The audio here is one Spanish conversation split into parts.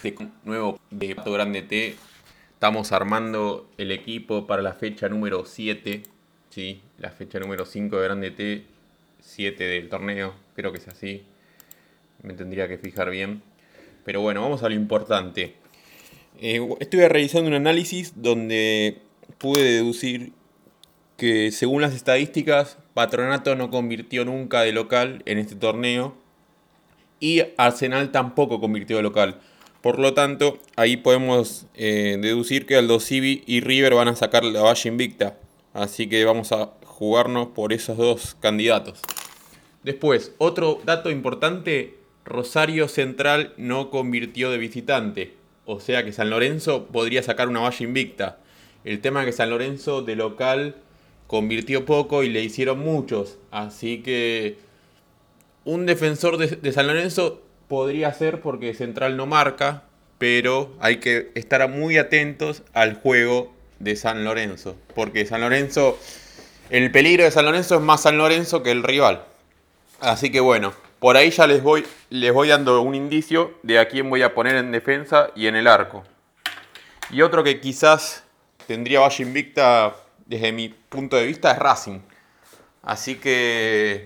Nuevo de Pato Grande T. Estamos armando el equipo para la fecha número 7. ¿Sí? La fecha número 5 de Grande T. 7 del torneo. Creo que es así. Me tendría que fijar bien. Pero bueno, vamos a lo importante. Estuve realizando un análisis donde pude deducir que según las estadísticas, Patronato no convirtió nunca de local en este torneo. Y Arsenal tampoco convirtió de local. Por lo tanto, ahí podemos deducir que Aldo Civi y River van a sacar la valla invicta. Así que vamos a jugarnos por esos dos candidatos. Después, otro dato importante, Rosario Central no convirtió de visitante. O sea que San Lorenzo podría sacar una valla invicta. El tema es que San Lorenzo de local convirtió poco y le hicieron muchos. Así que un defensor de San Lorenzo podría ser porque Central no marca, pero hay que estar muy atentos al juego de San Lorenzo. Porque San Lorenzo, el peligro de San Lorenzo es más San Lorenzo que el rival. Así que bueno, por ahí ya les voy dando un indicio de a quién voy a poner en defensa y en el arco. Y otro que quizás tendría valla invicta desde mi punto de vista es Racing. Así que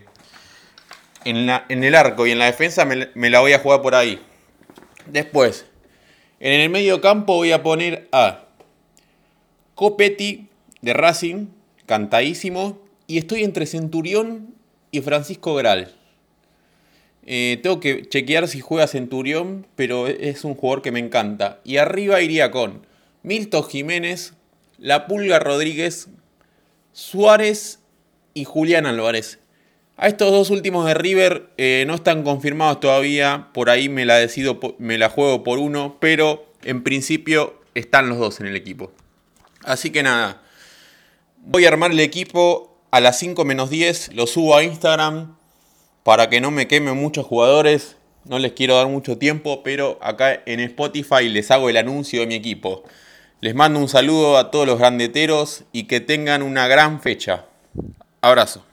en el arco y en la defensa me la voy a jugar por ahí. Después, en el medio campo voy a poner a Copetti de Racing, cantadísimo. Y estoy entre Centurión y Francisco Gral. Tengo que chequear si juega Centurión, pero es un jugador que me encanta. Y arriba iría con Milton Jiménez, La Pulga Rodríguez, Suárez y Julián Álvarez. A estos dos últimos de River no están confirmados todavía. Por ahí me la juego por uno, pero en principio están los dos en el equipo. Así que nada, voy a armar el equipo a las 5 menos 10. Lo subo a Instagram para que no me quemen muchos jugadores. No les quiero dar mucho tiempo, pero acá en Spotify les hago el anuncio de mi equipo. Les mando un saludo a todos los grandeteros y que tengan una gran fecha. Abrazo.